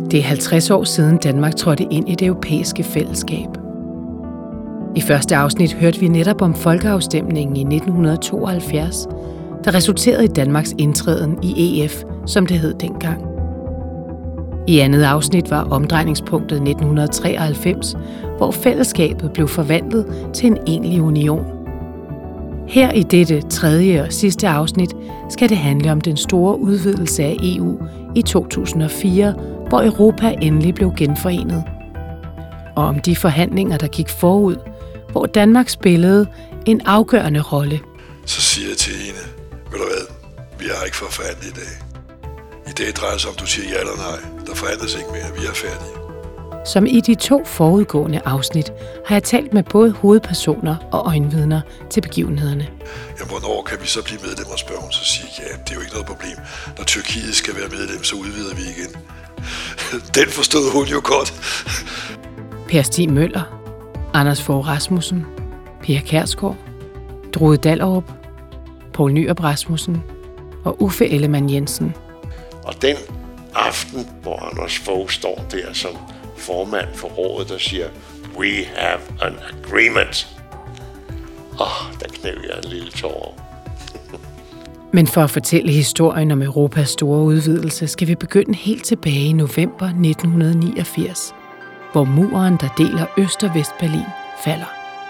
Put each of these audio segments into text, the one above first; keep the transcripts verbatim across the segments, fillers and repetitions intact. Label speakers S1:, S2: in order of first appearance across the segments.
S1: Det er halvtreds år siden Danmark trådte ind i det europæiske fællesskab. I første afsnit hørte vi netop om folkeafstemningen i nitten tooghalvfjerds, der resulterede i Danmarks indtræden i E F, som det hed dengang. I andet afsnit var omdrejningspunktet nitten treoghalvfems, hvor fællesskabet blev forvandlet til en egentlig union. Her i dette tredje og sidste afsnit skal det handle om den store udvidelse af E U i to tusind og fire, hvor Europa endelig blev genforenet. Og om de forhandlinger, der gik forud, hvor Danmark spillede en afgørende rolle.
S2: Så siger jeg til hende, ved du hvad, vi har ikke fået forhandlet i dag. I dag drejer sig om, du siger ja eller nej. Der forhandles ikke mere, vi er færdige.
S1: Som i de to forudgående afsnit har jeg talt med både hovedpersoner og øjenvidner til begivenhederne.
S2: Jamen, hvornår kan vi så blive medlem, og spørger hun, så siger ja, det er jo ikke noget problem. Når Tyrkiet skal være medlem, så udvider vi igen. Den forstod hun jo godt.
S1: Per Stig Møller, Anders Fogh Rasmussen, Pia Kjærsgaard, Drude Dahlerup, Poul Nyrup Rasmussen og Uffe Ellemann Jensen.
S3: Og den aften, hvor Anders Fogh står der som formand for rådet, der siger, we have an agreement. Åh, oh, der knæv jeg en lille tår.
S1: Men for at fortælle historien om Europas store udvidelse, skal vi begynde helt tilbage i november nitten niogfirs, hvor muren, der deler Øst- og Vestberlin, falder.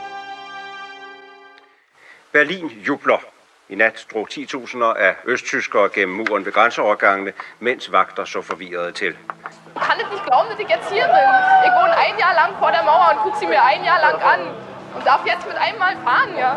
S4: Berlin jubler. I nat drog ti tusinder af østtyskere gennem muren ved grænseovergangene, mens vagter så forvirrede til.
S5: Ich kann es nicht glauben, dass ich jetzt hier bin. Ich wohne ein Jahr lang vor der Mauer und gucke sie mir ein Jahr lang an. Und darf jetzt mit einmal fahren, ja.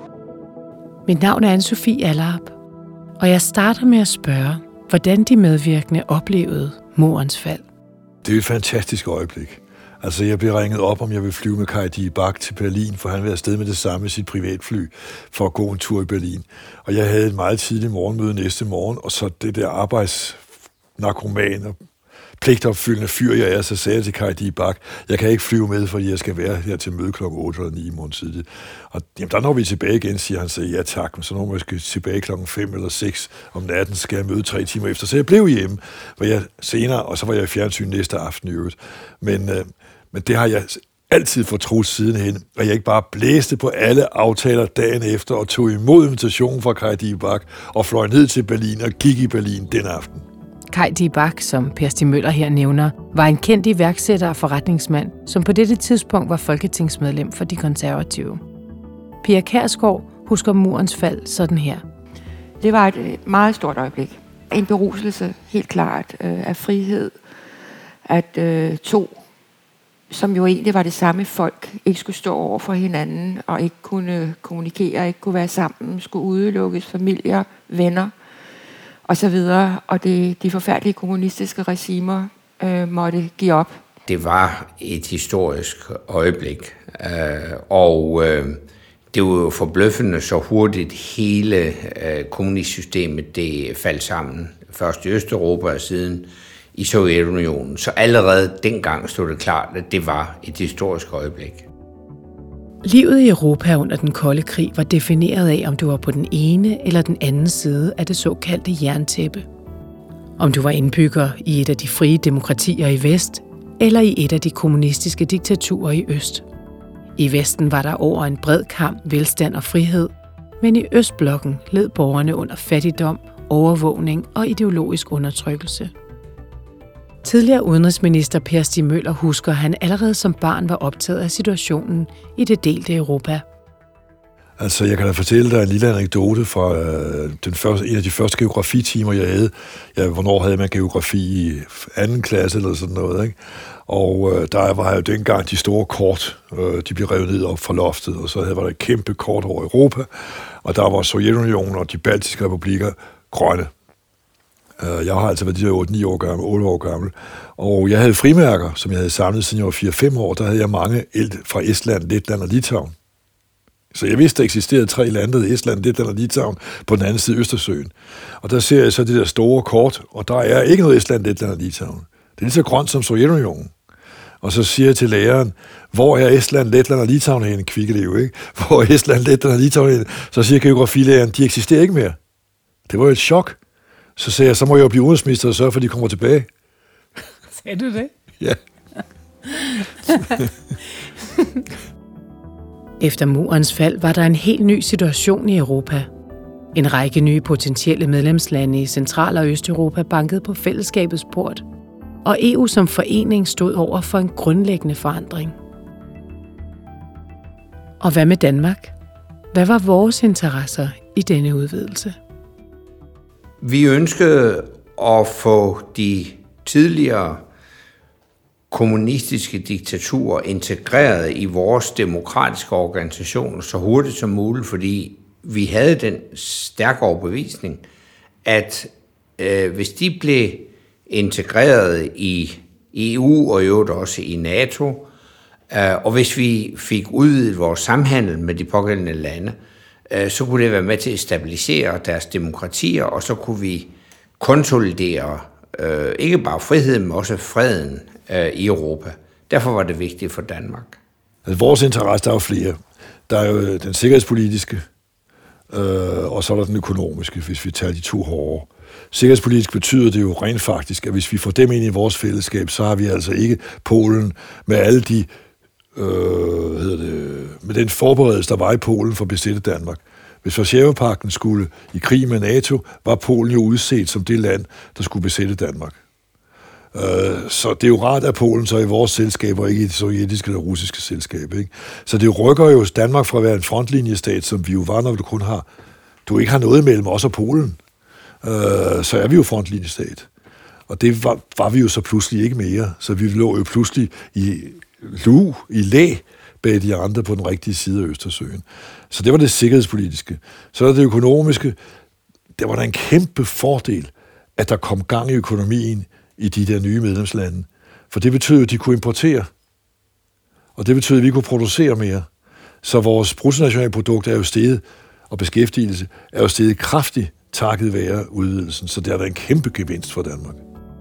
S1: Mit navn er Anne-Sophie Allerup, og jeg starter med at spørge, hvordan de medvirkende oplevede murens fald.
S2: Det er et fantastisk øjeblik. Altså, jeg blev ringet op, om jeg ville flyve med Kaj Die Bach til Berlin, for han ville afsted med det samme med sit privatfly for at gå en tur i Berlin. Og jeg havde et meget tidligt morgenmøde næste morgen, og så det der arbejdsnarkoman og pligtopfyldende fyr, jeg er, så sagde jeg til Kaj Die Bach, jeg kan ikke flyve med, fordi jeg skal være her til møde klokken otte eller ni i morgen tidligt. Og jamen, der når vi tilbage igen, siger han, så ja tak, men så når vi skal tilbage klokken fem eller seks om natten, skal jeg møde tre timer efter. Så jeg blev hjemme, hvor jeg senere, og så var jeg i fjernsyn næste aften i øvrigt. Men, øh, men det har jeg altid fortrudt sidenhen, og jeg ikke bare blæste på alle aftaler dagen efter og tog imod invitationen fra Kaj Die Bach og fløj ned til Berlin og gik i Berlin den aften.
S1: Kaj Die Bach, som Per Stig Møller her nævner, var en kendt iværksætter og forretningsmand, som på dette tidspunkt var folketingsmedlem for De Konservative. Pia Kjærsgaard husker murens fald sådan her.
S6: Det var et meget stort øjeblik. En beruselse, helt klart, af frihed. At øh, to, som jo egentlig var det samme folk, ikke skulle stå over for hinanden og ikke kunne kommunikere, ikke kunne være sammen, skulle udelukkes familier, venner og så videre, og det, de forfærdelige kommunistiske regimer øh, måtte give op.
S7: Det var et historisk øjeblik, øh, og øh, det var jo forbløffende så hurtigt hele øh, kommunistsystemet det faldt sammen. Først i Østeuropa og siden i Sovjetunionen. Så allerede dengang stod det klart, at det var et historisk øjeblik.
S1: Livet i Europa under den kolde krig var defineret af, om du var på den ene eller den anden side af det såkaldte jerntæppe. Om du var indbygger i et af de frie demokratier i vest, eller i et af de kommunistiske diktaturer i øst. I Vesten var der over en bred kamp velstand og frihed, men i Østblokken led borgerne under fattigdom, overvågning og ideologisk undertrykkelse. Tidligere udenrigsminister Per Stig Møller husker, at han allerede som barn var optaget af situationen i det delte Europa.
S2: Altså, jeg kan da fortælle dig en lille anekdote fra øh, den første, en af de første geografitimer, jeg havde. Ja, hvornår havde man geografi i anden klasse eller sådan noget, ikke? Og øh, der var jo dengang de store kort, øh, de blev revet ned op fra loftet, og så havde var der et kæmpe kort over Europa, og der var Sovjetunionen og de baltiske republikker grønne. Jeg har altså været de der otte ni år gammel, otte år gammel, og jeg havde frimærker, som jeg havde samlet siden jeg var fire fem år. Der havde jeg mange fra Estland, Letland og Litauen. Så jeg vidste, der eksisterede tre lande, Estland, Letland og Litauen, på den anden side af Østersøen. Og der ser jeg så det der store kort, og der er ikke noget Estland, Letland og Litauen. Det er lige så grønt som Sovjetunionen. Og så siger jeg til læreren, hvor er Estland, Letland og Litauen henne? Kvikkelev, ikke? Hvor er Estland, Letland og Litauen henne? Så siger geografilæreren, de eksisterer ikke mere. Det var jo et chok. Så sagde jeg, så må jeg jo blive udenrigsminister og sørge for, at de kommer tilbage.
S1: Sagde du det?
S2: Ja.
S1: Efter murens fald var der en helt ny situation i Europa. En række nye potentielle medlemslande i Central- og Østeuropa bankede på fællesskabets port, og E U som forening stod over for en grundlæggende forandring. Og hvad med Danmark? Hvad var vores interesser i denne udvidelse?
S7: Vi ønskede at få de tidligere kommunistiske diktaturer integreret i vores demokratiske organisationer så hurtigt som muligt, fordi vi havde den stærke overbevisning, at øh, hvis de blev integreret i E U og i øvrigt også i NATO, øh, og hvis vi fik udvidet vores samhandel med de pågældende lande, øh, så kunne det være med til at stabilisere deres demokratier, og så kunne vi konsolidere øh, ikke bare friheden, men også freden øh, i Europa. Derfor var det vigtigt for Danmark.
S2: Altså, vores interesse, der er jo flere. Der er jo den sikkerhedspolitiske, øh, og så er der den økonomiske, hvis vi tager de to hårde. Sikkerhedspolitisk betyder det jo rent faktisk, at hvis vi får dem ind i vores fællesskab, så har vi altså ikke Polen med alle de, øh, hvad hedder det, med den forberedelse, der var i Polen for at besætte Danmark. Hvis Warszawapagten skulle i krig med NATO, var Polen jo udset som det land, der skulle besætte Danmark. Så det er jo rart, at Polen så er i vores selskab, og ikke i det sovjetiske eller russiske selskab. Ikke? Så det rykker jo Danmark fra at være en frontlinjestat, som vi jo var, når du kun har, du ikke har noget mellem os og Polen. Så er vi jo frontlinjestat. Og det var, var vi jo så pludselig ikke mere. Så vi lå jo pludselig i lu, i læ, bag de andre på den rigtige side af Østersøen. Så det var det sikkerhedspolitiske. Så er det økonomiske. Der var der en kæmpe fordel, at der kom gang i økonomien i de der nye medlemslande. For det betød, at de kunne importere. Og det betød, at vi kunne producere mere. Så vores bruttonationalprodukt er jo steget, og beskæftigelse er jo steget kraftigt takket være udvidelsen. Så det er der en kæmpe gevinst for Danmark.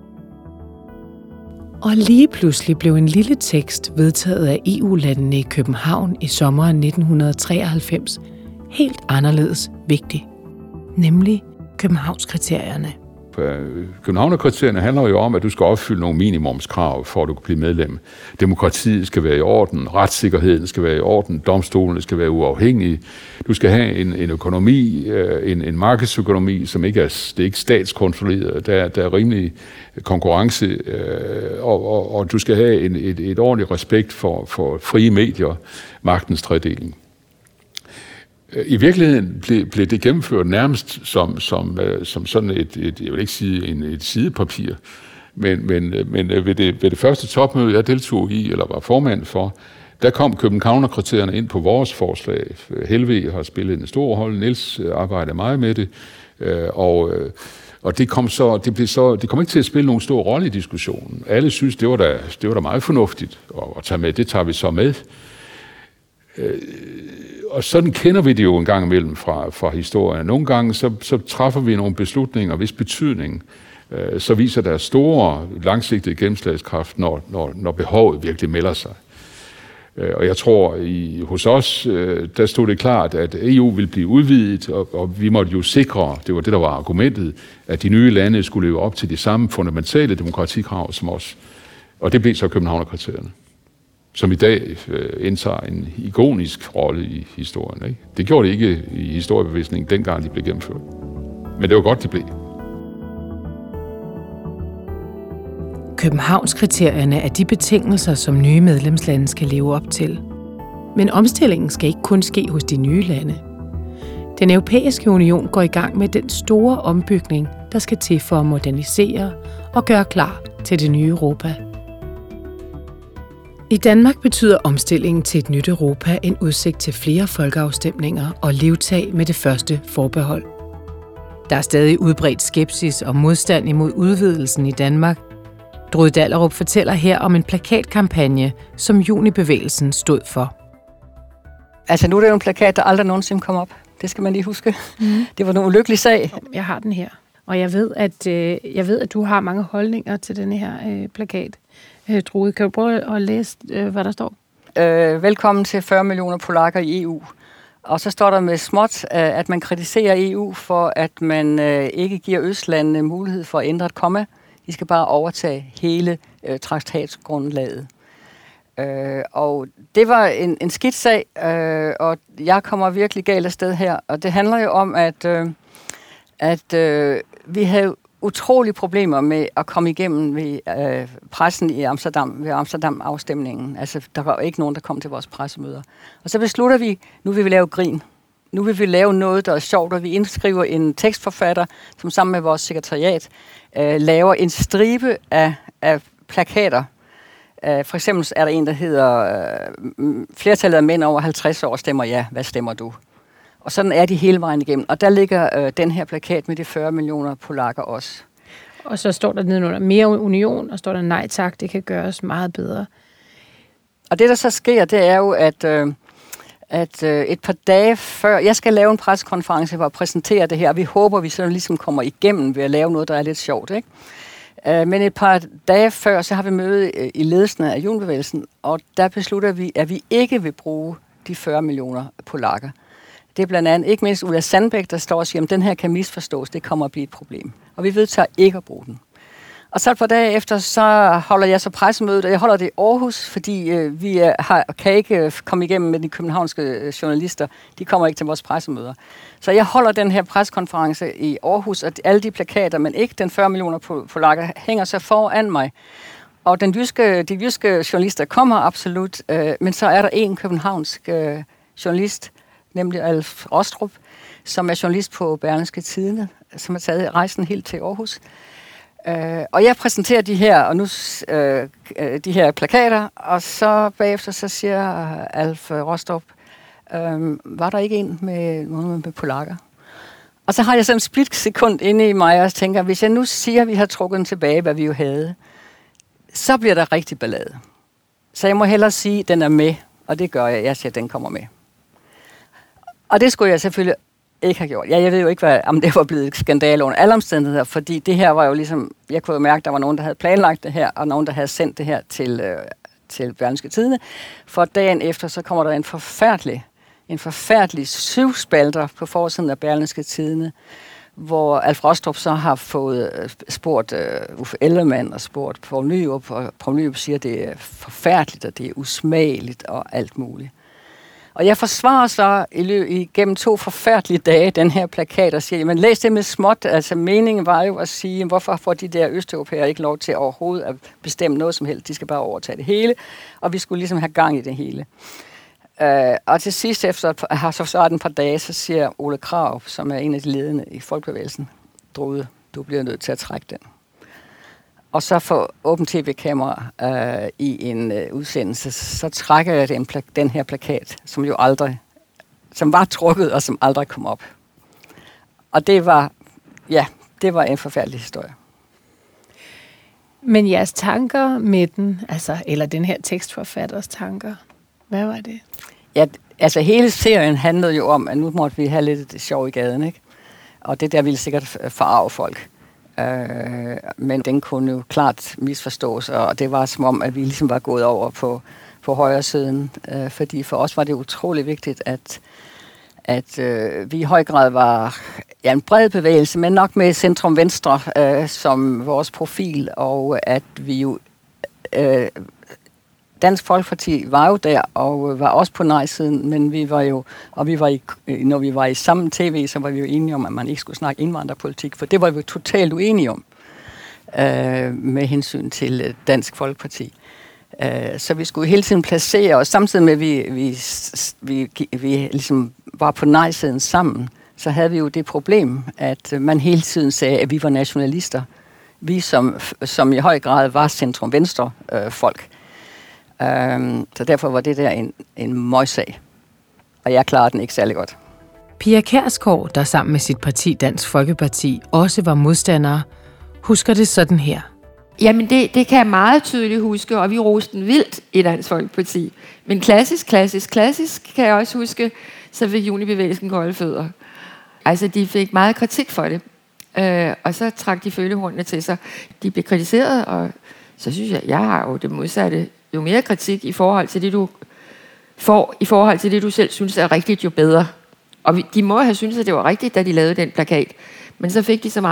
S1: Og lige pludselig blev en lille tekst vedtaget af E U-landene i København i sommeren nitten treoghalvfems helt anderledes vigtig, nemlig Københavnskriterierne.
S8: Københavnerkriterierne handler jo om, at du skal opfylde nogle minimumskrav, for at du kan blive medlem. Demokratiet skal være i orden, retssikkerheden skal være i orden, domstolene skal være uafhængige. Du skal have en, en økonomi, en, en markedsøkonomi, som ikke er, det er ikke statskontrolleret. Der, der er rimelig konkurrence, og, og, og du skal have en, et, et ordentligt respekt for, for frie medier, magtens tredeling. I virkeligheden blev, blev det gennemført nærmest som, som, som sådan et, et, jeg vil ikke sige en, et sidepapir, men, men, men ved, det, ved det første topmøde, jeg deltog i, eller var formand for, der kom Københavnerkriterierne ind på vores forslag. Helve har spillet en stor rolle, Niels arbejder meget med det, og, og det, kom så, det, blev så, det kom ikke til at spille nogen stor rolle i diskussionen. Alle synes, det var da, det var da meget fornuftigt at, at tage med. Det tager vi så med. Og sådan kender vi det jo en gang imellem fra, fra historien. Nogle gange så, så træffer vi nogle beslutninger, hvis betydning øh, så viser der store langsigtede gennemslagskraft, når, når, når behovet virkelig melder sig. Øh, og jeg tror, i, hos os, øh, der stod det klart, at E U ville blive udvidet, og, og vi måtte jo sikre, det var det, der var argumentet, at de nye lande skulle leve op til de samme fundamentale demokratikrav som os. Og det blev så Københavnerkriterierne, som i dag øh, indtager en ikonisk rolle i historien. Ikke? Det gjorde det ikke i historiebevisningen, dengang de blev gennemført. Men det var godt, de blev.
S1: Københavnskriterierne er de betingelser, som nye medlemslande skal leve op til. Men omstillingen skal ikke kun ske hos de nye lande. Den europæiske union går i gang med den store ombygning, der skal til for at modernisere og gøre klar til det nye Europa. I Danmark betyder omstillingen til et nyt Europa en udsigt til flere folkeafstemninger og livtag med det første forbehold. Der er stadig udbredt skepsis og modstand imod udvidelsen i Danmark. Drud Dahlerup fortæller her om en plakatkampagne, som Junibevægelsen stod for.
S9: Altså nu er det jo en plakat, der aldrig nogensinde kom op. Det skal man lige huske. Mm. Det var en ulykkelig sag.
S10: Jeg har den her, og jeg ved, at, øh, jeg ved, at du har mange holdninger til denne her øh, plakat. Øh, Drud, kan du prøve at læse, øh, hvad der står?
S9: Øh, velkommen til fyrre millioner polakker i E U. Og så står der med småt, at man kritiserer E U for, at man øh, ikke giver østlandene mulighed for at ændre et komma I skal bare overtage hele øh, traktatsgrundlaget. Øh, og det var en, en skidt sag, øh, og jeg kommer virkelig galt afsted her. Og det handler jo om, at, øh, at øh, vi havde utrolige problemer med at komme igennem ved øh, pressen i Amsterdam, ved Amsterdam-afstemningen. Altså, der var ikke nogen, der kom til vores pressemøder. Og så beslutter vi, nu vil vi lave grin. Nu vil vi lave noget, der er sjovt, og vi indskriver en tekstforfatter, som sammen med vores sekretariat øh, laver en stribe af, af plakater. Uh, for eksempel er der en, der hedder, uh, flertallet af mænd over halvtreds år stemmer ja, hvad stemmer du? Og sådan er de hele vejen igennem. Og der ligger uh, den her plakat med de fyrre millioner polakker også.
S10: Og så står der nedenunder mere union, og står der nej tak, det kan gøres meget bedre.
S9: Og det, der så sker, det er jo, at, uh, at uh, et par dage før, jeg skal lave en pressekonference for at præsentere det her, og vi håber, vi så ligesom kommer igennem ved at lave noget, der er lidt sjovt, ikke? Men et par dage før, så har vi møde i ledelsen af Junibevægelsen, og der beslutter vi, at vi ikke vil bruge de fyrre millioner polakker. Det er blandt andet ikke mindst Ulla Sandbæk, der står og siger, at den her kan misforstås, det kommer at blive et problem. Og vi vedtager ikke at bruge den. Og så et par dage efter, så holder jeg så pressemødet, og jeg holder det i Aarhus, fordi øh, vi er, har, kan ikke komme igennem med de københavnske øh, journalister. De kommer ikke til vores pressemøder. Så jeg holder den her pressekonference i Aarhus, og alle de plakater, men ikke den fyrre millioner polakker, hænger så foran mig. Og den jyske, de jyske journalister kommer absolut, øh, men så er der en københavnsk øh, journalist, nemlig Alf Rostrup, som er journalist på Berlingske Tidende, som har taget rejsen helt til Aarhus. Uh, og jeg præsenterer de her og nu uh, de her plakater, og så bagefter så siger Alf Rostrup, um, var der ikke en med med, med polakker? Og så har jeg sådan en split sekund inde i mig og tænker, hvis jeg nu siger, at vi har trukket den tilbage, hvad vi jo havde, så bliver der rigtig ballade. Så jeg må hellere sige, at den er med, og det gør jeg. Jeg siger, at den kommer med. Og det skulle jeg selvfølgelig ikke har gjort. Ja, jeg ved jo ikke, hvad, om det var blevet skandale under alle omstændigheder, fordi det her var jo ligesom, jeg kunne jo mærke, at der var nogen, der havde planlagt det her, og nogen, der havde sendt det her til, øh, til Berlingske Tidende. For dagen efter, så kommer der en forfærdelig, en forfærdelig syvspalter på forsiden af Berlingske Tidende, hvor Alf Rostrup så har fået spurgt uh, Uffe Ellemann og spurgt Poul Nyrup, og Poul Nyrup siger, at det er forfærdeligt, og det er usmageligt og alt muligt. Og jeg forsvarer så igennem to forfærdelige dage den her plakat og siger, men læs det med småt. Altså meningen var jo at sige, hvorfor får de der østeuropæere ikke lov til overhovedet at bestemme noget som helst. De skal bare overtage det hele, og vi skulle ligesom have gang i det hele. Uh, og til sidst, efter at have så svaret et par dage, så siger Ole Krag, som er en af de ledende i Folkebevægelsen, Drude, du bliver nødt til at trække den. Og så får Åben T V-kamera øh, i en øh, udsendelse, så trækker jeg den, pla- den her plakat, som jo aldrig, som var trukket og som aldrig kom op. Og det var, ja, det var en forfærdelig historie.
S10: Men jeres tanker med den, altså, eller den her tekstforfatters tanker, hvad var det?
S9: Ja, altså hele serien handlede jo om, at nu måtte vi have lidt sjov i gaden, ikke? Og det der ville sikkert forarve folk. Øh, men den kunne jo klart misforstås, og det var som om, at vi ligesom var gået over på, på højre siden, øh, fordi for os var det utrolig vigtigt, at, at øh, vi i høj grad var ja, en bred bevægelse, men nok med centrum-venstre øh, som vores profil, og at vi jo øh, Dansk Folkeparti var jo der, og var også på nej-siden, men vi var jo, og vi var i, når vi var i samme tv, så var vi jo enige om, at man ikke skulle snakke indvandrerpolitik, for det var vi jo totalt uenige om, øh, med hensyn til Dansk Folkeparti. Øh, så vi skulle hele tiden placere os, samtidig med, at vi, vi, vi, vi ligesom var på nej-siden sammen, så havde vi jo det problem, at man hele tiden sagde, at vi var nationalister. Vi, som, som i høj grad var centrum-venstre øh, folk. Um, så derfor var det der en, en møgssag. Og jeg klarede den ikke særlig godt.
S1: Pia Kjærsgaard, der sammen med sit parti Dansk Folkeparti også var modstandere, husker det sådan her.
S6: Jamen det, det kan jeg meget tydeligt huske, og vi roste den vildt i Dansk Folkeparti. Men klassisk, klassisk, klassisk kan jeg også huske, så fik Junibevægelsen kolde fødder. Altså de fik meget kritik for det. Uh, og så trak de følehornene til sig. De blev kritiseret, og så synes jeg, jeg har jo det modsatte. Jo mere kritik i forhold til det, du får, i forhold til det, du selv synes er rigtigt, jo bedre. Og vi, de må have syntes, at det var rigtigt, da de lavede den plakat. Men så fik de så meget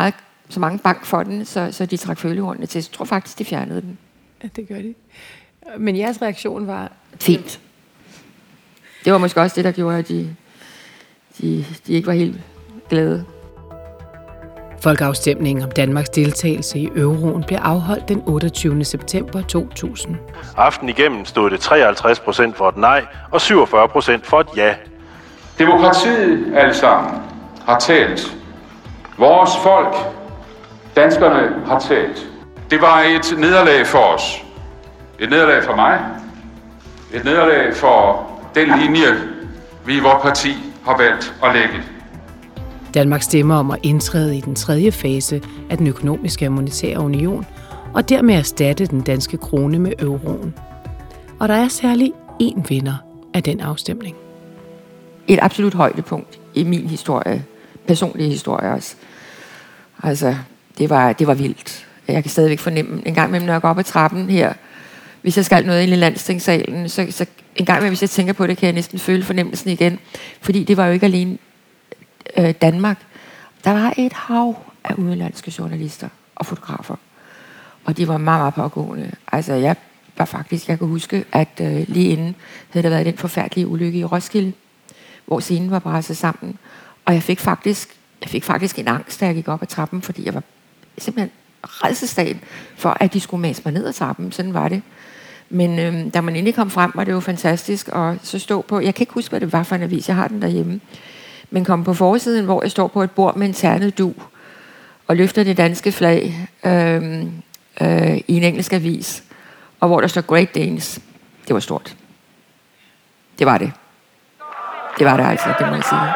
S6: så mange bank for den, så, så de trak følehornene til. Jeg tror faktisk, de fjernede den.
S10: Ja, det gør de. Men jeres reaktion var...
S6: Fint. Det var måske også det, der gjorde, at de, de, de ikke var helt glade.
S1: Folkeafstemningen om Danmarks deltagelse i euroen blev afholdt den otteogtyvende september to tusind.
S11: Aften igennem stod det treoghalvtreds procent for et nej og syvogfyrre procent for et ja.
S8: Demokratiet alle sammen har talt. Vores folk, danskerne, har talt. Det var et nederlag for os. Et nederlag for mig. Et nederlag for den linje, vi i vores parti har valgt at lægge.
S1: Danmark stemmer om at indtræde i den tredje fase af den økonomiske og monetære union, og dermed erstatte den danske krone med euroen. Og der er særlig én vinder af den afstemning.
S6: Et absolut højdepunkt i min historie, personlige historie også. Altså, det var, det var vildt. Jeg kan stadigvæk fornemme, en gang imellem, når jeg går op ad trappen her, hvis jeg skal noget ind i landstingssalen, så, så en gang imellem, hvis jeg tænker på det, kan jeg næsten føle fornemmelsen igen. Fordi det var jo ikke alene øh, Danmark. Der var et hav af udenlandske journalister og fotografer. Og de var meget, meget pågående. Altså, jeg var faktisk, jeg kan huske, at øh, lige inden havde der været den forfærdelige ulykke i Roskilde, hvor scenen var bræsset sammen. Og jeg fik faktisk, jeg fik faktisk en angst, da jeg gik op ad trappen, fordi jeg var simpelthen rædselsdagen for, at de skulle mase mig ned ad trappen. Sådan var det. Men øhm, da man endelig kom frem, var det jo fantastisk at så stå på, jeg kan ikke huske, hvad det var for en avis, jeg har den derhjemme, men kom på forsiden, hvor jeg står på et bord med en ternet dug, og løfter det danske flag øhm, øh, i en engelsk avis, og hvor der står Great Danes. Det var stort. Det var det. Det var det altså, det må jeg sige.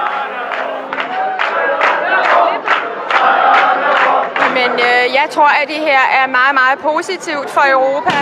S12: Men øh, jeg tror, at det her er meget, meget positivt for Europa.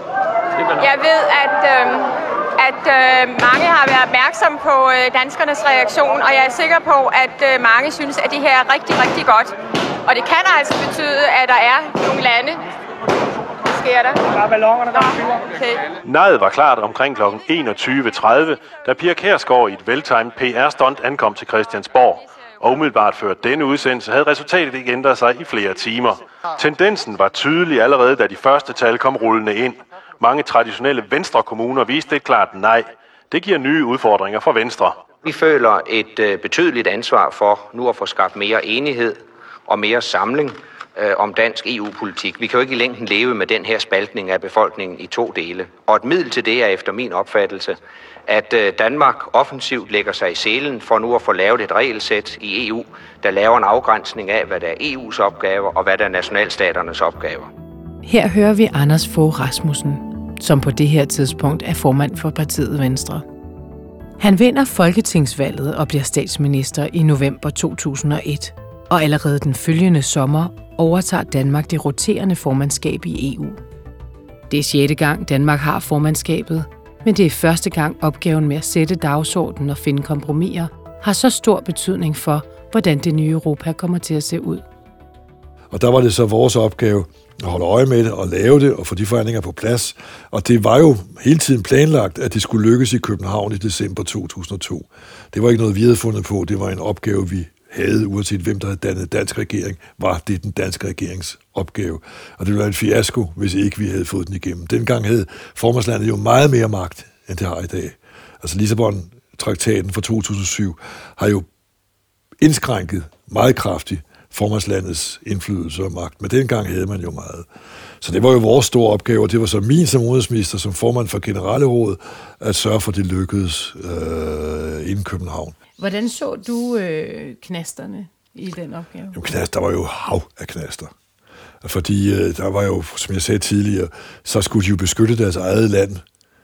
S12: Jeg ved, at, øh, at øh, mange har været opmærksomme på øh, danskernes reaktion, og jeg er sikker på, at øh, mange synes, at det her er rigtig, rigtig godt. Og det kan altså betyde, at der er nogle lande. Hvad sker der? Der er ballonerne, der flyver. Okay.
S11: Nejet var klart omkring klokken enogtyve tredive, da Pia Kjærsgaard i et veltimet P R-stunt ankom til Christiansborg. Og umiddelbart før denne udsendelse havde resultatet ikke ændret sig i flere timer. Tendensen var tydelig allerede, da de første tal kom rullende ind. Mange traditionelle Venstre-kommuner viste et klart nej. Det giver nye udfordringer for Venstre.
S7: Vi føler et øh, betydeligt ansvar for nu at få skabt mere enighed og mere samling øh, om dansk E U-politik. Vi kan jo ikke i længden leve med den her spaltning af befolkningen i to dele. Og et middel til det er efter min opfattelse, at øh, Danmark offensivt lægger sig i selen for nu at få lavet et regelsæt i E U, der laver en afgrænsning af, hvad der er E U's opgaver og hvad der er nationalstaternes opgaver.
S1: Her hører vi Anders Fogh Rasmussen, som på det her tidspunkt er formand for partiet Venstre. Han vinder folketingsvalget og bliver statsminister i november to tusind og et, og allerede den følgende sommer overtager Danmark det roterende formandskab i E U. Det er sjette gang, Danmark har formandskabet, men det er første gang opgaven med at sætte dagsordenen og finde kompromiser har så stor betydning for, hvordan det nye Europa kommer til at se ud.
S2: Og der var det så vores opgave at holde øje med det og lave det og få de forhandlinger på plads. Og det var jo hele tiden planlagt, at det skulle lykkes i København i december to tusind og to. Det var ikke noget, vi havde fundet på. Det var en opgave, vi havde, uanset hvem der havde dannet dansk regering, var det den danske regerings opgave. Og det ville være en fiasko, hvis ikke vi havde fået den igennem. Dengang havde formandslandet jo meget mere magt, end det har i dag. Altså Lissabon-traktaten fra to tusind og syv har jo indskrænket meget kraftigt formandslandets indflydelse og magt, men dengang havde man jo meget. Så det var jo vores store opgave, og det var så min som udenrigsminister, som formand for Generelle Råd, at sørge for, at det lykkedes øh, inden København.
S10: Hvordan så du øh, knasterne i den opgave?
S2: Jamen, knast, der var jo hav af knaster. Fordi øh, der var jo, som jeg sagde tidligere, så skulle de jo beskytte deres eget land,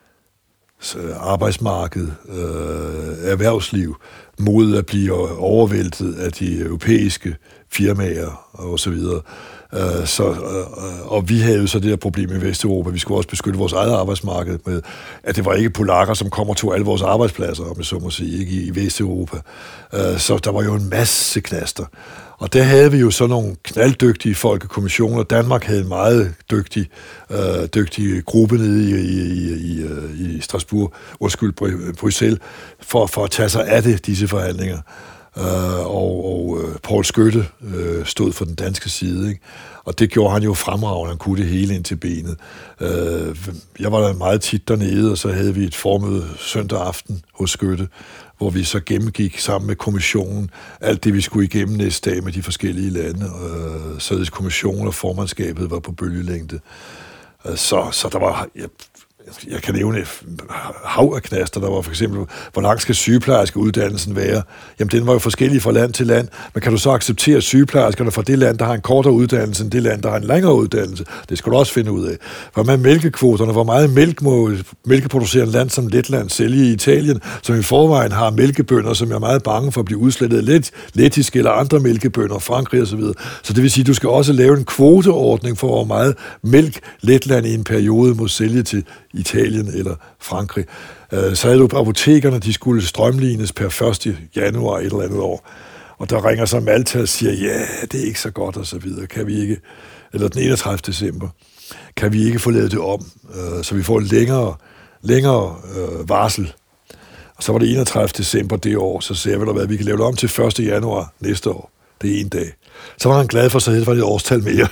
S2: arbejdsmarked, øh, erhvervsliv, mod at blive overvæltet af de europæiske firmaer og så videre. Uh, så, uh, og vi havde jo så det der problem i Vesteuropa. Vi skulle også beskytte vores eget arbejdsmarked med, at det var ikke polakker, som kom og tog alle vores arbejdspladser, om jeg så må sige, ikke i, i Vesteuropa. Uh, så der var jo en masse knaster. Og der havde vi jo så nogle knalddygtige folkekommissioner. Danmark havde en meget dygtig, uh, dygtig gruppe nede i, i, i, i Strasbourg, undskyld, Bruxelles, for, for at tage sig af det, disse forhandlinger. øh, og, og øh, Poul Skytte øh, stod for den danske side, ikke? Og det gjorde han jo fremragende, han kunne det hele ind til benet. Øh, jeg var der meget tit dernede, og så havde vi et formøde søndag aften hos Skytte, hvor vi så gennemgik sammen med kommissionen alt det, vi skulle igennem næste dag med de forskellige lande. Øh, så kommissionen og formandskabet var på bølgelængde. Øh, så, så der var... Jeg, Jeg kan nævne hav af knaster. Der var for eksempel, hvor lang skal sygeplejerskeuddannelsen være? Jamen, den var jo forskellig fra land til land. Men kan du så acceptere sygeplejerskerne fra det land, der har en kortere uddannelse, end det land, der har en længere uddannelse? Det skal du også finde ud af. Hvad med mælkekvoterne? Hvor meget mælk må mælkeproducerende land som Letland sælge i Italien, som i forvejen har mælkebønder, som er meget bange for at blive udslettet let, lettiske eller andre mælkebønder, Frankrig osv. Så, så det vil sige, at du skal også lave en kvoteordning for, hvor meget mælk Letland i en periode må sælge til Italien eller Frankrig. Så havde du apotekerne, de skulle strømlignes per første januar et eller andet år. Og der ringer så Malta og siger, ja, det er ikke så godt og så videre. Kan vi ikke, eller den enogtredivte december, kan vi ikke få lavet det om, så vi får en længere, længere varsel. Og så var det enogtredivte december det år, så sagde jeg, hvad, vi kan lave det om til første januar næste år. Det er en dag. Så var han glad for, så det var det et årstal mere.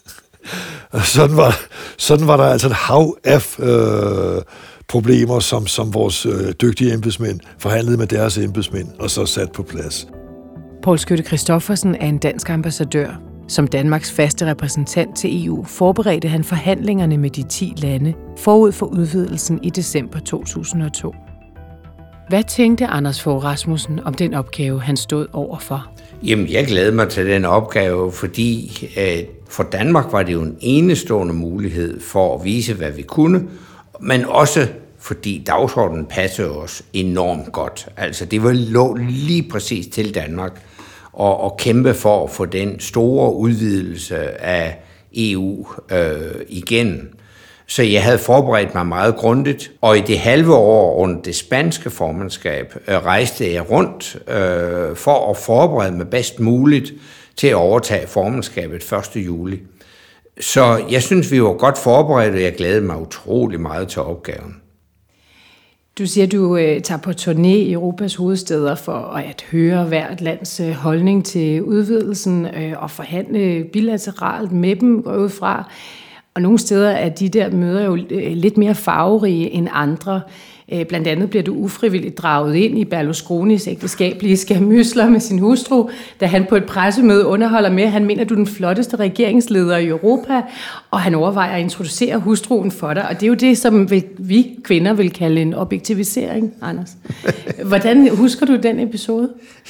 S2: Sådan var, sådan var der altså et hav af øh, problemer, som, som vores øh, dygtige embedsmænd forhandlede med deres embedsmænd, og så sat på plads.
S1: Poul Skytte Christoffersen er en dansk ambassadør. Som Danmarks faste repræsentant til E U forberedte han forhandlingerne med de ti lande forud for udvidelsen i december to tusind og to. Hvad tænkte Anders Fogh Rasmussen om den opgave, han stod overfor?
S7: Jamen, jeg glæder mig til den opgave, fordi øh, for Danmark var det jo en enestående mulighed for at vise, hvad vi kunne, men også fordi dagsordenen passede os enormt godt. Altså, det var lå lige præcis til Danmark at, at kæmpe for at få den store udvidelse af E U øh, igen. Så jeg havde forberedt mig meget grundigt, og i det halve år under det spanske formandskab øh, rejste jeg rundt øh, for at forberede mig bedst muligt til at overtage formandskabet første juli. Så jeg synes, vi var godt forberedt, og jeg glædede mig utrolig meget til opgaven.
S10: Du siger, at du øh, tager på turné i Europas hovedstæder for at høre hvert lands øh, holdning til udvidelsen øh, og forhandle bilateralt med dem, går ud fra. Og nogle steder er de der møder jo lidt mere farverige end andre. Blandt andet bliver du ufrivilligt draget ind i Berlusconis ægteskabelige skærmysler med sin hustru, da han på et pressemøde underholder med, at han mener, at du er den flotteste regeringsleder i Europa, og han overvejer at introducere hustruen for dig. Og det er jo det, som vi kvinder vil kalde en objektivisering, Anders. Hvordan husker du den episode?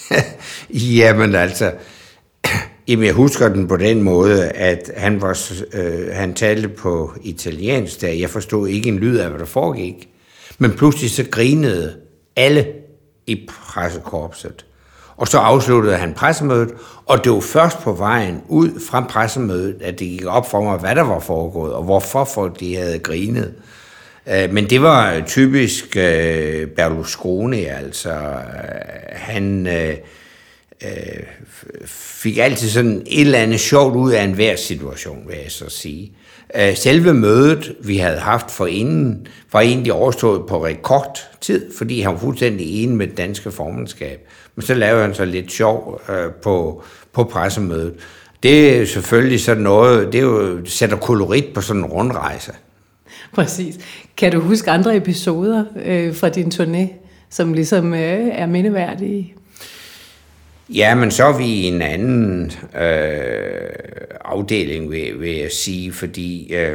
S7: Jamen altså... Jamen, jeg husker den på den måde, at han, var, øh, han talte på italiensk, der jeg forstod ikke en lyd af, hvad der foregik. Men pludselig så grinede alle i pressekorpset. Og så afsluttede han pressemødet, og det var først på vejen ud fra pressemødet, at det gik op for mig, hvad der var foregået, og hvorfor folk de havde grinet. Øh, men det var typisk øh, Berlusconi, altså han... Øh, fik altid sådan et eller andet sjovt ud af enhver situation, vil jeg så sige. Selve mødet, vi havde haft forinden, var egentlig overstået på rekordtid, fordi han var fuldstændig enig med det danske formandskab. Men så lavede han så lidt sjov på, på pressemødet. Det er selvfølgelig sådan noget, det, jo, det sætter kolorit på sådan en rundrejse.
S10: Præcis. Kan du huske andre episoder øh, fra din turné, som ligesom øh, er mindeværdige?
S7: Ja, men så er vi i en anden øh, afdeling, vil, vil jeg sige, fordi øh,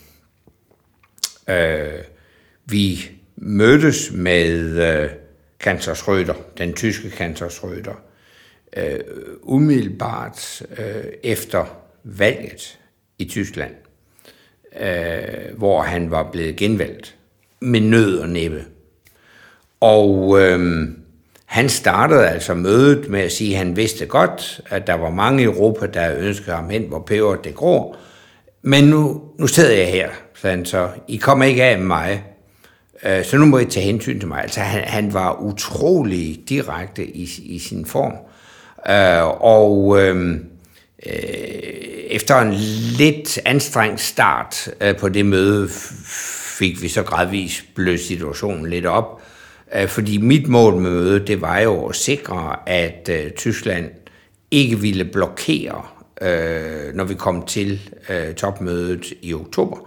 S7: øh, vi mødtes med øh, kansler Schröder, den tyske kansler Schröder, øh, umiddelbart øh, efter valget i Tyskland, øh, hvor han var blevet genvalgt med nød og næppe. Og... Øh, Han startede altså mødet med at sige, at han vidste godt, at der var mange i Europa, der ønskede ham hen, hvor peberet det gror. Men nu, nu sidder jeg her, sagde han så. I kommer ikke af med mig, så nu må I tage hensyn til mig. Altså han, han var utrolig direkte i, i sin form. Og øh, efter en lidt anstrengt start på det møde, fik vi så gradvist blødt situationen lidt op. Fordi mit mål med mødet, det var jo at sikre, at øh, Tyskland ikke ville blokere, øh, når vi kom til øh, topmødet i oktober,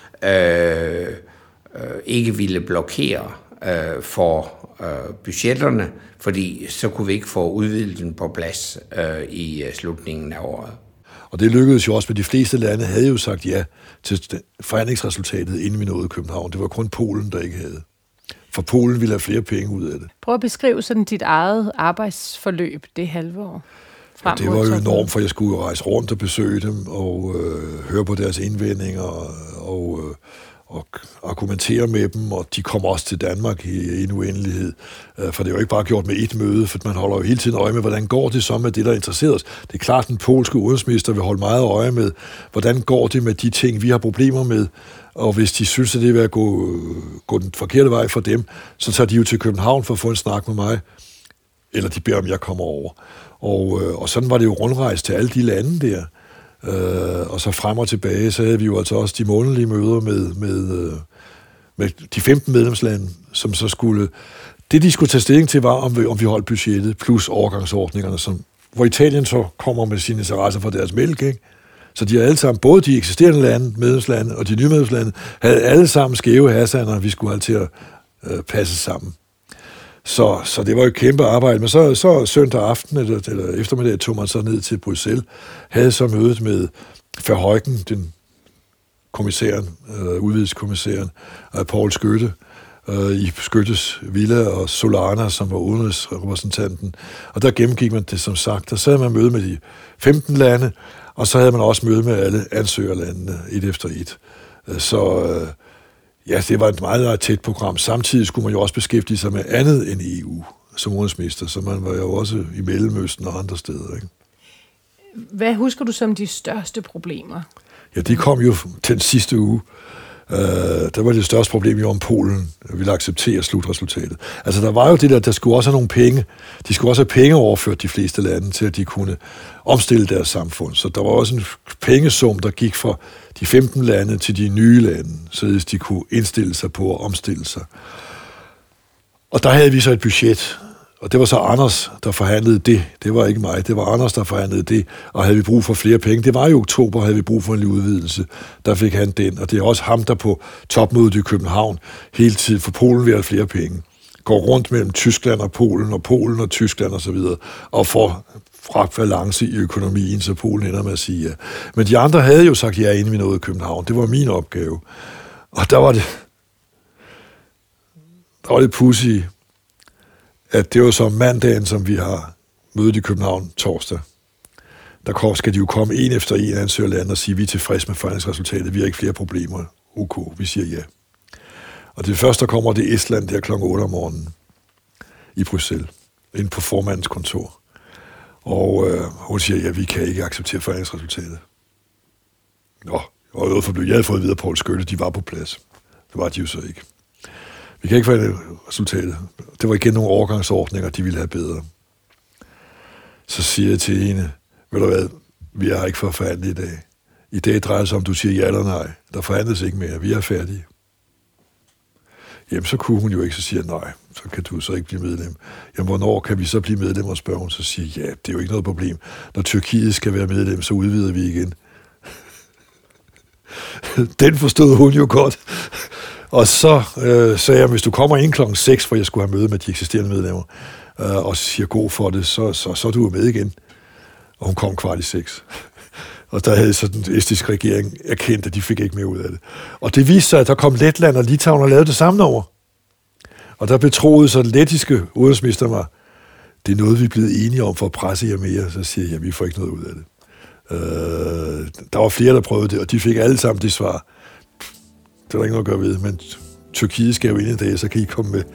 S7: øh, øh, ikke ville blokere øh, for øh, budgetterne, fordi så kunne vi ikke få udvidelsen på plads øh, i øh, slutningen af året.
S2: Og det lykkedes jo også, med de fleste lande havde jo sagt ja til forhandlingsresultatet, inden vi nåede København. Det var kun Polen, der ikke havde. For Polen ville have flere penge ud af det.
S10: Prøv at beskrive sådan dit eget arbejdsforløb det halve år.
S2: Ja, det var jo enormt, for jeg skulle rejse rundt og besøge dem, og øh, høre på deres indvendinger, og, og, øh, og argumentere med dem, og de kom også til Danmark i en uendelighed. Øh, for det er jo ikke bare gjort med et møde, for man holder jo hele tiden øje med, hvordan går det så med det, der interesserer os. Det er klart, at den polske udenrigsminister vil holde meget øje med, hvordan går det med de ting, vi har problemer med. Og hvis de synes, at det vil gå, gå den forkerte vej for dem, så tager de jo til København for at få en snak med mig, eller de beder om, jeg kommer over. Og, øh, og sådan var det jo rundrejst til alle de lande der. Øh, og så frem og tilbage, så havde vi jo altså også de månedlige møder med, med, øh, med de femten medlemslande, som så skulle... Det, de skulle tage stilling til, var, om vi, om vi holdt budgettet, plus overgangsordningerne, som, hvor Italien så kommer med sine interesser for deres mælk, ikke? Så de havde alle sammen, både de eksisterende lande, medlemslande og de nye medlemslande, havde alle sammen skæve hassander, vi skulle have til at øh, passe sammen. Så, så det var jo et kæmpe arbejde. Men så, så søndag aften, eller, eller eftermiddag, tog man så ned til Bruxelles, havde så mødet med Verheugen, den kommissæren, øh, udvidelseskommissæren, og Poul Skytte, øh, i Skyttes villa, og Solana, som var udenrigsrepræsentanten. Og der gennemgik man det, som sagt. Der så havde man møde med de femten lande, og så havde man også møde med alle ansøgerlandene, et efter et. Så øh, ja, det var et meget, meget tæt program. Samtidig skulle man jo også beskæftige sig med andet end E U som udenrigsminister, så man var jo også i Mellemøsten og andre steder. Ikke?
S10: Hvad husker du som de største problemer?
S2: Ja, de kom jo den sidste uge. Uh, der var det største problem jo om Polen ville acceptere slutresultatet. Altså der var jo det der, der skulle også have nogle penge. De skulle også have penge overført de fleste lande til, at de kunne omstille deres samfund. Så der var også en pengesum, der gik fra de femten lande til de nye lande, så de kunne indstille sig på at omstille sig. Og der havde vi så et budget, og det var så Anders, der forhandlede det. Det var ikke mig, det var Anders, der forhandlede det. Og havde vi brug for flere penge, det var i oktober, havde vi brug for en lille udvidelse. Der fik han den, og det er også ham, der på topmødet i København hele tiden, for Polen vil have flere penge. Går rundt mellem Tyskland og Polen, og Polen og Tyskland og så videre, og får fra balance i økonomien, så Polen ender med at sige ja. Men de andre havde jo sagt ja, inden vi nåede i København. Det var min opgave. Og der var det, der var det pudsige, at det var så mandagen, som vi har mødet i København torsdag. Der skal de jo komme en efter en ansøgerland og sige, at vi er tilfredse med forhandlingsresultatet, vi har ikke flere problemer. Ok, vi siger ja. Og det første, der kommer, det er Estland der klokken otte om morgenen i Bruxelles, inde på formandens kontor. Og øh, hun siger, ja, vi kan ikke acceptere forhandlingsresultatet. Nå, og jeg havde, jeg havde fået videre Poul Skytte, de var på plads. Det var de jo så ikke. Vi kan ikke få resultatet. Det var igen nogle overgangsordninger, de ville have bedre. Så siger jeg til hende, ved du hvad, vi har ikke fået forhandlet i dag. I dag drejer det sig om, du siger ja eller nej. Der forhandles ikke mere, vi er færdige. Jamen, så kunne hun jo ikke, så siger nej, så kan du så ikke blive medlem. Jamen, hvornår kan vi så blive medlem, og spørger hun, så siger ja, det er jo ikke noget problem. Når Tyrkiet skal være medlem, så udvider vi igen. Den forstod hun jo godt. Og så øh, sagde jeg, hvis du kommer ind klokken seks, for jeg skulle have møde med de eksisterende medlemmer, øh, og siger god for det, så, så, så er du med igen. Og hun kom kvart i seks. Og der havde så den estiske regering erkendt, at de fik ikke mere ud af det. Og det viste sig, at der kom Letland og Litauen og lavede det samme over. Og der betroede så den lettiske udenrigsminister mig, det er noget, vi er blevet enige om for at presse jer mere. Så siger jeg, ja, vi får ikke noget ud af det. Øh, der var flere, der prøvede det, og de fik alle sammen det svar. Det er der ikke noget at gøre ved, men Tyrkiet skal jo ind i dag, så kan I komme med.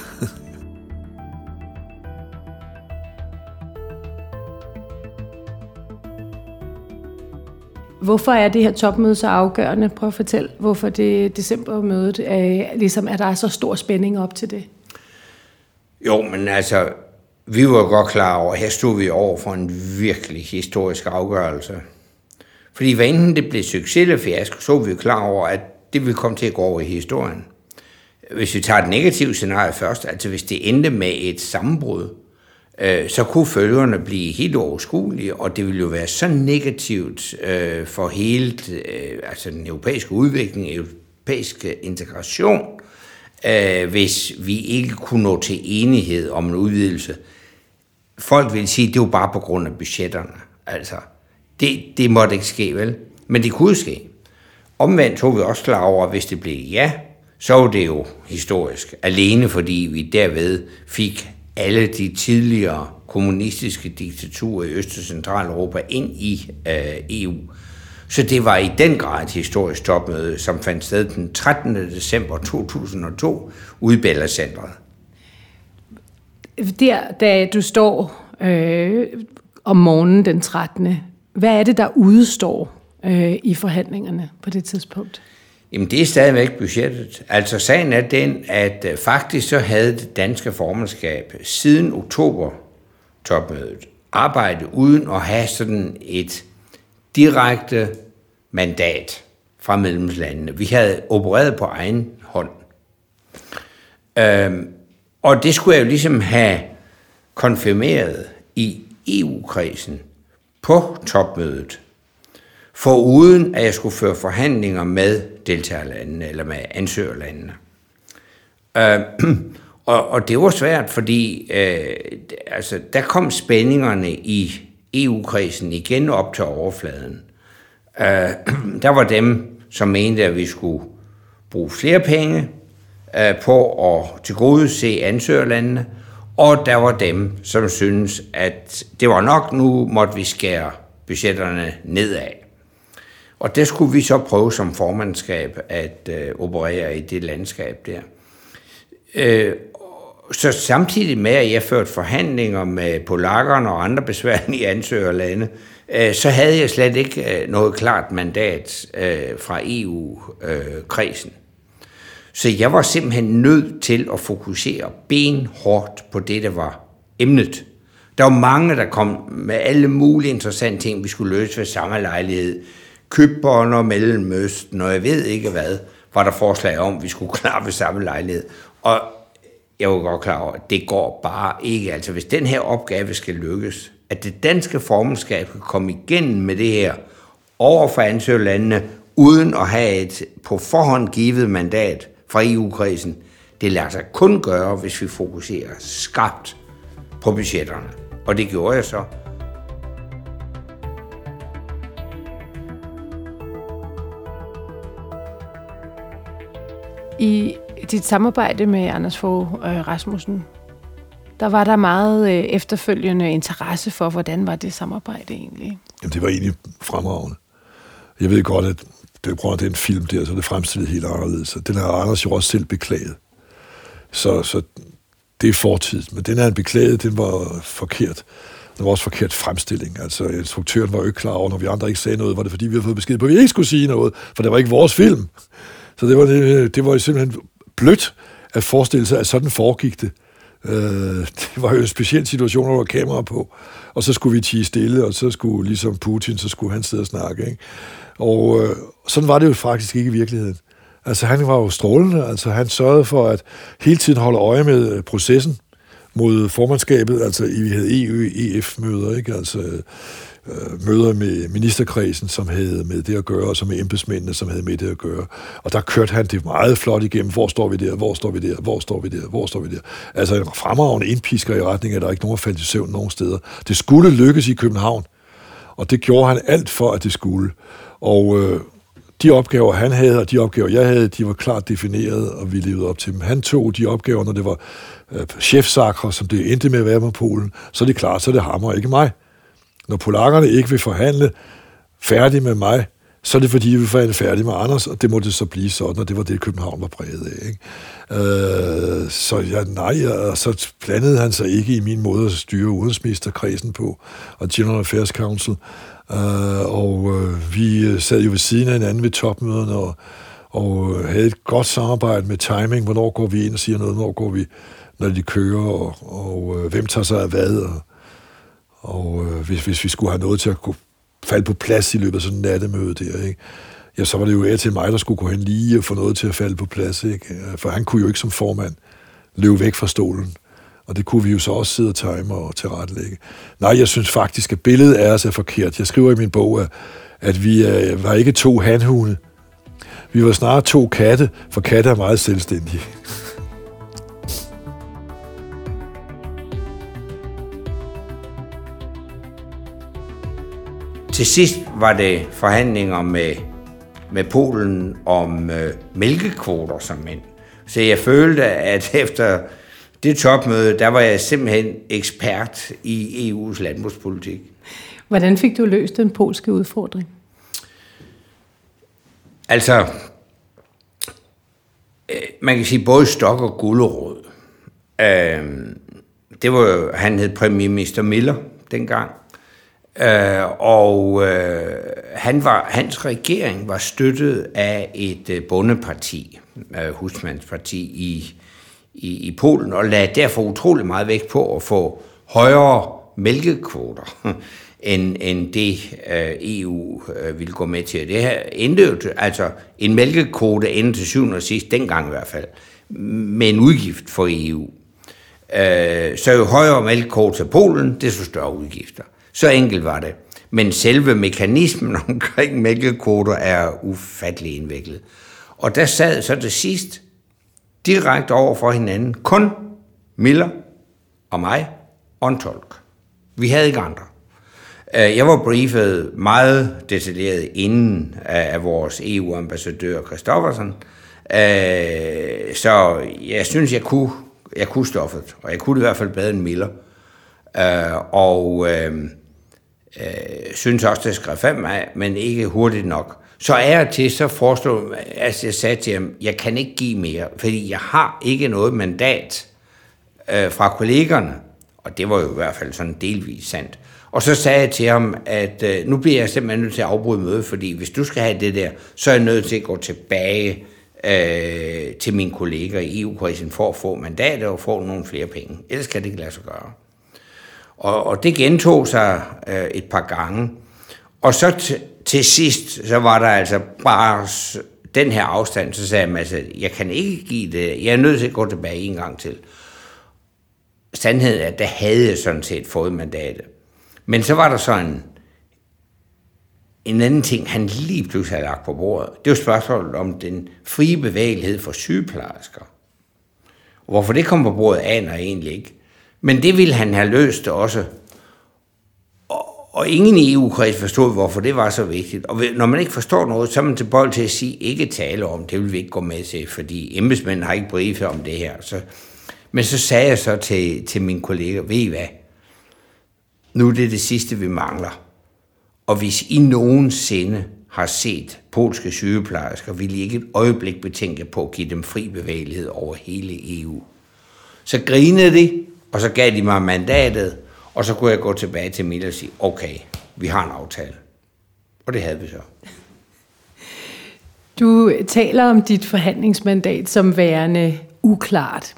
S10: Hvorfor er det her topmøde så afgørende? Prøv at fortælle, hvorfor det decembermødet er, ligesom, at der er så stor spænding op til det.
S7: Jo, men altså, vi var godt klar over, at her stod vi over for en virkelig historisk afgørelse. Fordi hvad enten det blev succes eller fiasko, så var vi klar over, at det ville komme til at gå over i historien. hvis vi tager det negative scenarie først, altså hvis det endte med et sammenbrud, øh, så kunne følgerne blive helt overskuelige, og det ville jo være så negativt øh, for hele øh, altså den europæiske udvikling, europæiske integration, øh, hvis vi ikke kunne nå til enighed om en udvidelse. Folk vil sige, at det var bare på grund af budgetterne. Altså, det, det måtte ikke ske, vel? Men det kunne ske. Omvendt tog vi også klar over, at hvis det blev ja, så var det jo historisk. Alene fordi vi derved fik alle de tidligere kommunistiske diktaturer i Øst- og Centraleuropa ind i øh, E U. Så det var i den grad et historisk topmøde, som fandt sted den trettende december to tusind og to ude i Bella Centret.
S10: Der, da du står øh, om morgenen den trettende, hvad er det, der udstår øh, i forhandlingerne på det tidspunkt?
S7: Jamen, det er stadigvæk budgettet. Altså, sagen er den, at øh, faktisk så havde det danske formandskab siden oktober-topmødet arbejdet uden at have sådan et direkte mandat fra medlemslandene. Vi havde opereret på egen hånd. Øhm, og det skulle jeg jo ligesom have konfirmeret i E U-kredsen på topmødet, foruden at jeg skulle føre forhandlinger med deltagerlandene eller med ansøgerlandene. Øh, og, og det var svært, fordi øh, altså, der kom spændingerne i E U-kredsen igen op til overfladen. Øh, der var dem, som mente, at vi skulle bruge flere penge øh, på at tilgodese ansøgerlandene, og der var dem, som syntes, at det var nok, nu måtte vi skære budgetterne nedad. Og det skulle vi så prøve som formandskab at øh, operere i det landskab der. Øh, så samtidig med, at jeg førte forhandlinger med polakkerne og andre besværlige ansøgerlande, øh, så havde jeg slet ikke øh, noget klart mandat øh, fra E U-kredsen. Øh, så jeg var simpelthen nødt til at fokusere benhårdt på det, der var emnet. Der var mange, der kom med alle mulige interessante ting, vi skulle løse ved samme lejlighed. Cypern og Mellemøsten, og jeg ved ikke hvad, var der forslag om, vi skulle klare ved samme lejlighed. Og jeg var godt klar over, at det går bare ikke. Altså hvis den her opgave skal lykkes, at det danske formandskab kan komme igennem med det her over for ansøgerlandene, uden at have et på forhånd givet mandat fra E U-kredsen, det lader sig kun gøre, hvis vi fokuserer skarpt på budgetterne. Og det gjorde jeg så.
S10: I dit samarbejde med Anders Fogh Rasmussen, der var der meget øh, efterfølgende interesse for, hvordan var det samarbejde egentlig?
S2: Jamen, det var egentlig fremragende. Jeg ved godt, at det er den film der, så det fremstillede helt anderledes. Den har Anders jo også selv beklaget. Så, så det er fortid. Men den her beklaget, den var forkert. Det var også forkert fremstilling. Altså, instruktøren var jo ikke klar over, når vi andre ikke sagde noget, var det fordi, vi havde fået besked på, at vi ikke skulle sige noget, for det var ikke vores film. Så det var, det, det var simpelthen blødt at forestille sig, at sådan foregik det. Øh, det var jo en speciel situation, hvor der var kamera på, og så skulle vi tie stille, og så skulle ligesom Putin, så skulle han sidde og snakke. Ikke? Og øh, sådan var det jo faktisk ikke i virkeligheden. Altså, han var jo strålende. Altså, han sørgede for at hele tiden holde øje med processen mod formandskabet. Altså, vi havde E U-E F-møder, ikke? Altså, øh, møder med ministerkredsen, som havde med det at gøre, og så med embedsmændene, som havde med det at gøre. Og der kørte han det meget flot igennem. Hvor står vi der? Hvor står vi der? Hvor står vi der? Hvor står vi der? Altså, en fremragende indpisker i retning af, at der ikke nogen faldt i søvn nogen steder. Det skulle lykkes i København, og det gjorde han alt for, at det skulle. Og øh, de opgaver, han havde, og de opgaver, jeg havde, de var klart defineret, og vi levede op til dem. Han tog de opgaver, når det var øh, chefsakre, som det endte med at være med Polen, så er det klart, så er det ham og ikke mig. Når polakkerne ikke vil forhandle færdig med mig, så er det fordi, vi vil forhandle færdig med Anders, og det må det så blive sådan, og det var det, København var præget af. Ikke? Øh, så ja, nej, og så blandede han sig ikke i min måde at styre udenrigsministerkredsen på, og General Affairs Council. Uh, og uh, vi sad jo ved siden af hinanden ved topmøderne og, og havde et godt samarbejde med timing. Hvornår går vi ind og siger noget? Hvornår går vi, når de kører? Og, og uh, hvem tager sig af hvad? Og, og uh, hvis, hvis vi skulle have noget til at kunne falde på plads i løbet af sådan en nattemøde der, ikke? ja, så var det jo af til mig, der skulle gå hen lige og få noget til at falde på plads, ikke? For han kunne jo ikke som formand løbe væk fra stolen. Og det kunne vi jo så også sidde og time og tilrettelægge. Nej, jeg synes faktisk, at billedet af os er forkert. Jeg skriver i min bog, at, at vi er, var ikke to hanhunde. Vi var snarere to katte, for katte er meget selvstændige.
S7: Til sidst var det forhandlinger med, med Polen om øh, mælkekvoter som mænd. Så jeg følte, at efter det topmøde, der var jeg simpelthen ekspert i E U's landbrugspolitik.
S10: Hvordan fik du løst den polske udfordring?
S7: Altså, man kan sige både stok og gulerod. Det var jo, han hed premierminister Miller dengang, og han var, hans regering var støttet af et bondeparti, husmandsparti i, i, i Polen, og lagde derfor utrolig meget vægt på at få højere mælkekvoter, end, end det E U ville gå med til. Det her endte jo, altså en mælkekvote endte til syvende og sidst, dengang i hvert fald, med en udgift for E U. Så jo højere mælkekvote til Polen, desto større udgifter. Så enkelt var det. Men selve mekanismen omkring mælkekvoter er ufattelig indviklet. Og der sad så til sidst direkte over for hinanden kun Miller og mig og en tolk. Vi havde ikke andre. Jeg var briefet meget detaljeret inden af vores E U-ambassadør Christoffersen, så jeg synes, jeg kunne, jeg kunne stoffet, og jeg kunne det i hvert fald bedre end Miller. Og synes også, det skrev fem af, men ikke hurtigt nok. Så er jeg til, så foreslår altså jeg sagde til ham, jeg kan ikke give mere, fordi jeg har ikke noget mandat fra kollegerne, og det var jo i hvert fald sådan delvis sandt. Og så sagde jeg til ham, at øh, nu bliver jeg simpelthen nødt til at afbryde mødet, fordi hvis du skal have det der, så er jeg nødt til at gå tilbage øh, til mine kolleger i E U-kredsen for at få mandater og få nogle flere penge. Ellers kan det ikke lade sig gøre. Og, og det gentog sig øh, et par gange. Og så t- til sidst, så var der altså bare den her afstand, så sagde jeg, altså, jeg kan ikke give det, jeg er nødt til at gå tilbage en gang til. Sandheden er, at der havde jeg sådan set fået mandatet. Men så var der så en, en anden ting, han lige pludselig havde lagt på bordet. Det var spørgsmålet om den frie bevægelighed for sygeplejersker. Hvorfor det kom på bordet, aner jeg egentlig ikke. Men det ville han have løst også. Og, og ingen i E U-kreds forstod, hvorfor det var så vigtigt. Og når man ikke forstår noget, så er man tilbøjelig til at sige, ikke tale om, det vil vi ikke gå med til, fordi embedsmænd har ikke briefet om det her. Så, men så sagde jeg så til, til mine kolleger, ved I hvad? Nu er det det sidste, vi mangler. Og hvis I nogensinde har set polske sygeplejersker, vil I ikke et øjeblik betænke på at give dem fri bevægelighed over hele E U. Så grinede de, og så gav de mig mandatet, og så kunne jeg gå tilbage til Miller og sige, okay, vi har en aftale. Og det havde vi så.
S10: Du taler om dit forhandlingsmandat som værende uklart.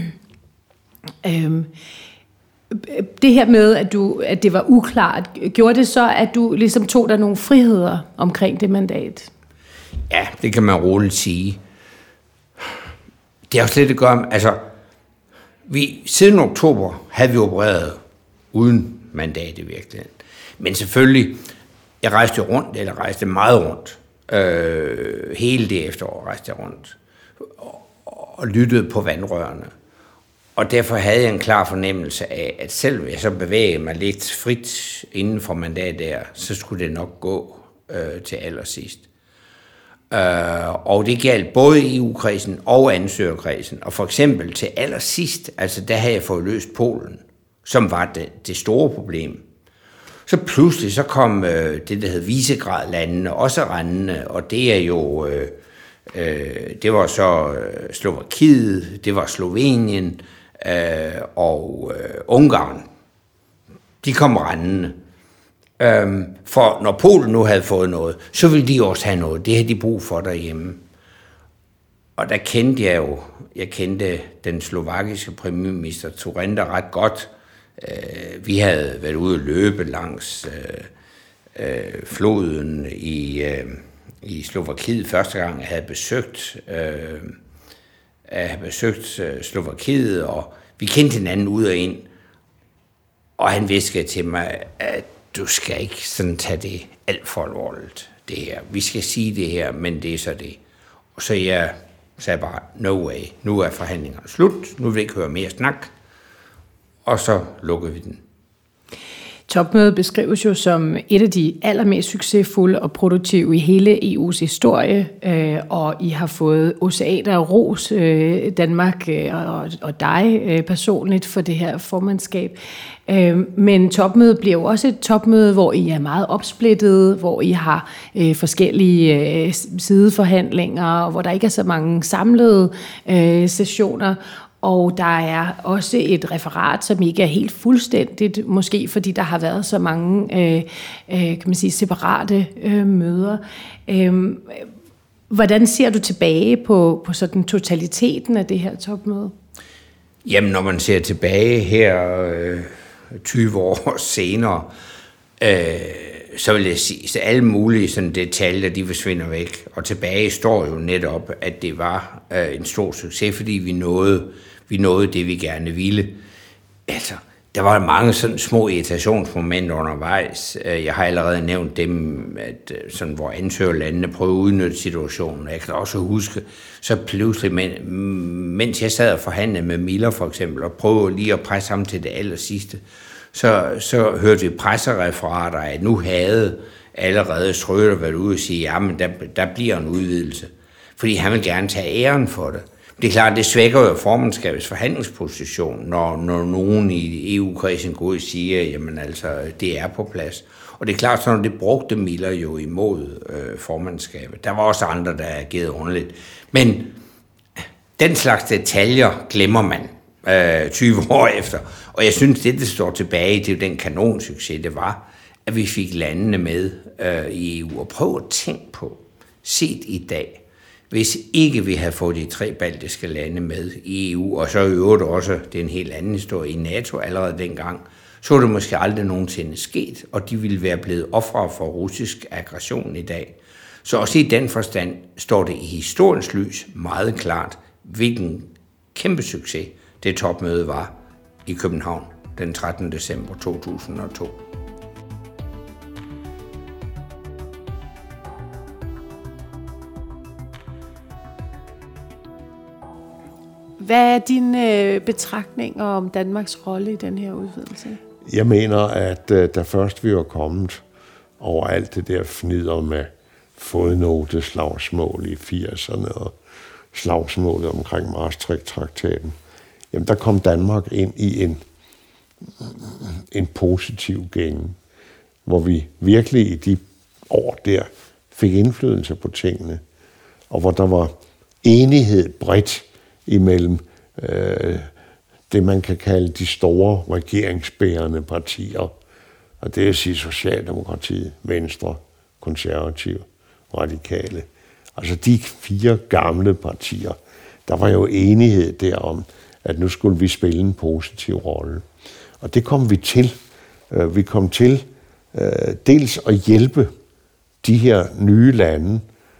S10: øhm. Det her med, at, du, at det var uklart, gjorde det så, at du ligesom tog dig nogle friheder omkring det mandat?
S7: Ja, det kan man roligt sige. Det er også lidt at gøre, altså, vi, siden oktober havde vi opereret uden mandat i virkeligheden. Men selvfølgelig, jeg rejste rundt, eller rejste meget rundt. Øh, hele det efterår rejste jeg rundt. Og, og lyttede på vandrørene. Og derfor havde jeg en klar fornemmelse af, at selv hvis jeg så bevægede mig lidt frit inden for mandat der, så skulle det nok gå øh, til allersidst. Øh, og det galt både E U-kredsen og ansøgerkredsen. Og for eksempel til allersidst, altså der havde jeg fået løst Polen, som var det, det store problem. Så pludselig så kom øh, det, der hed Visegrad-landene også rendende, og det er jo... Øh, øh, det var så øh, Slovakiet, det var Slovenien, Øh, og øh, Ungarn, de kom rendende. Øhm, for når Polen nu havde fået noget, så ville de også have noget. Det havde de brug for derhjemme. Og der kendte jeg jo, jeg kendte den slovakiske premierminister Torenda ret godt. Øh, vi havde været ude at løbe langs øh, øh, floden i, øh, i Slovakiet første gang, jeg havde besøgt, øh, jeg havde besøgt øh, Slovakiet, og vi kendte hinanden ud og ind. Og han viskede til mig, at du skal ikke sådan tage det alt for alvorligt, det her. Vi skal sige det her, men det er så det. Og så jeg sagde bare, no way, nu er forhandlingerne slut, nu vil jeg ikke høre mere snak. Og så lukkede vi den.
S10: Topmødet beskrives jo som et af de allermest succesfulde og produktive i hele E U's historie, øh, og I har fået oceaner af ros, øh, Danmark øh, og, og dig øh, personligt for det her formandskab. Øh, men topmødet bliver jo også et topmøde, hvor I er meget opsplittede, hvor I har øh, forskellige øh, sideforhandlinger, hvor der ikke er så mange samlede øh, sessioner. Og der er også et referat, som ikke er helt fuldstændigt, måske fordi der har været så mange øh, øh, kan man sige, separate øh, møder. Øh, hvordan ser du tilbage på, på sådan totaliteten af det her topmøde?
S7: Jamen, når man ser tilbage her øh, tyve år senere, øh, så vil jeg sige, at alle mulige sådan detaljer, de forsvinder væk. Og tilbage står jo netop, at det var øh, en stor succes, fordi vi nåede Vi nåede det, vi gerne ville. Altså, der var mange sådan små irritationsmomenter undervejs. Jeg har allerede nævnt dem, at, sådan, hvor ansøgerlandene prøvede at udnytte situationen. Jeg kan også huske, så pludselig, mens jeg sad og forhandlede med Miller for eksempel, og prøvede lige at presse ham til det aller sidste, så, så hørte vi pressereferater, at nu havde allerede Schröder været ude og sige, jamen der, der bliver en udvidelse. Fordi han vil gerne tage æren for det. Det er klart, det svækker jo formandskabets forhandlingsposition, når, når nogen i E U-kredsen går ud og siger, jamen altså, det er på plads. Og det er klart, sådan det brugte Miller jo imod øh, formandskabet. Der var også andre, der agerede ordentligt. Men den slags detaljer glemmer man øh, tyve år efter. Og jeg synes, det, der står tilbage, det er jo den kanonsucces, det var, at vi fik landene med øh, i E U. Og prøv at tænke på, set i dag, hvis ikke vi havde fået de tre baltiske lande med i E U, og så i øvrigt også, det er en helt anden historie, i NATO allerede dengang, så var det måske aldrig nogensinde sket, og de ville være blevet ofre for russisk aggression i dag. Så også i den forstand står det i historiens lys meget klart, hvilken kæmpe succes det topmøde var i København den trettende december to tusind og to.
S10: Hvad er dine betragtninger om Danmarks rolle i den her udvidelse?
S3: Jeg mener, at uh, da først vi var kommet over alt det der fnider med fodnoteslagsmål i firserne og slagsmålet omkring Maastricht-traktaten, jamen der kom Danmark ind i en, en positiv gænge, hvor vi virkelig i de år der fik indflydelse på tingene, og hvor der var enighed bredt imellem øh, det, man kan kalde de store regeringsbærende partier. Og det er at sige Socialdemokratiet, Venstre, Konservative, Radikale. Altså de fire gamle partier, der var jo enighed derom, at nu skulle vi spille en positiv rolle. Og det kom vi til. Vi kom til øh, dels at hjælpe de her nye lande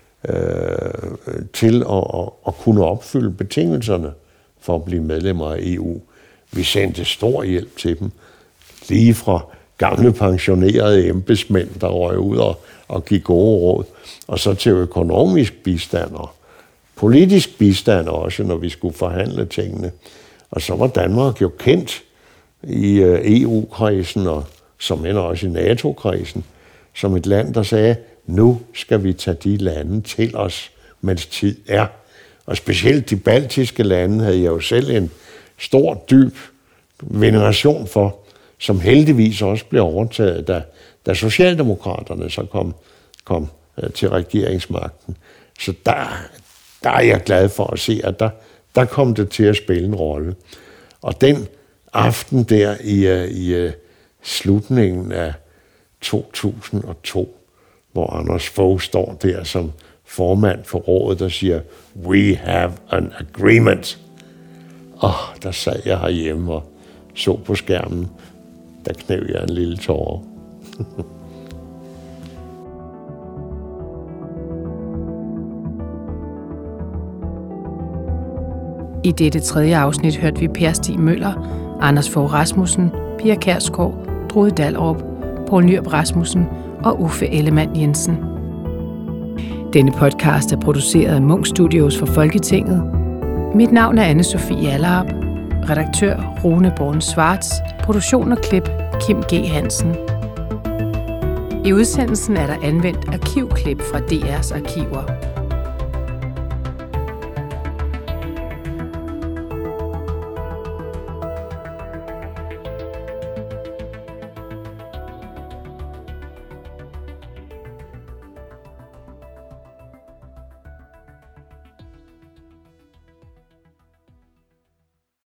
S3: Øh, til at, at, at kunne opfylde betingelserne for at blive medlemmer af E U. Vi sendte stor hjælp til dem, lige fra gamle pensionerede embedsmænd, der røg ud og, og gik gode råd, og så til økonomisk bistand og politisk bistand også, når vi skulle forhandle tingene. Og så var Danmark jo kendt i E U-kredsen, og som end også i NATO-kredsen, som et land, der sagde, nu skal vi tage de lande til os, mens tid er. Og specielt de baltiske lande havde jeg jo selv en stor, dyb veneration for, som heldigvis også blev overtaget, da, da Socialdemokraterne så kom, kom uh, til regeringsmagten. Så der, der er jeg glad for at se, at der, der kom det til at spille en rolle. Og den aften der i, uh, i uh, slutningen af to tusind og to, hvor Anders Fogh står der som formand for rådet, der siger, we have an agreement. Og der sad jeg herhjemme og så på skærmen, der knæv jeg en lille tåre.
S1: I dette tredje afsnit hørte vi Per Stig Møller, Anders Fogh Rasmussen, Pia Kjærsgaard, Drude Dahlerup, Poul Nyrup Rasmussen og Uffe Ellemann Jensen. Denne podcast er produceret af Munch Studios for Folketinget. Mit navn er Anne-Sophie Allerup. Redaktør Rune Born Schwartz. Produktion og klip Kim G. Hansen. I udsendelsen er der anvendt arkivklip fra D R's arkiver.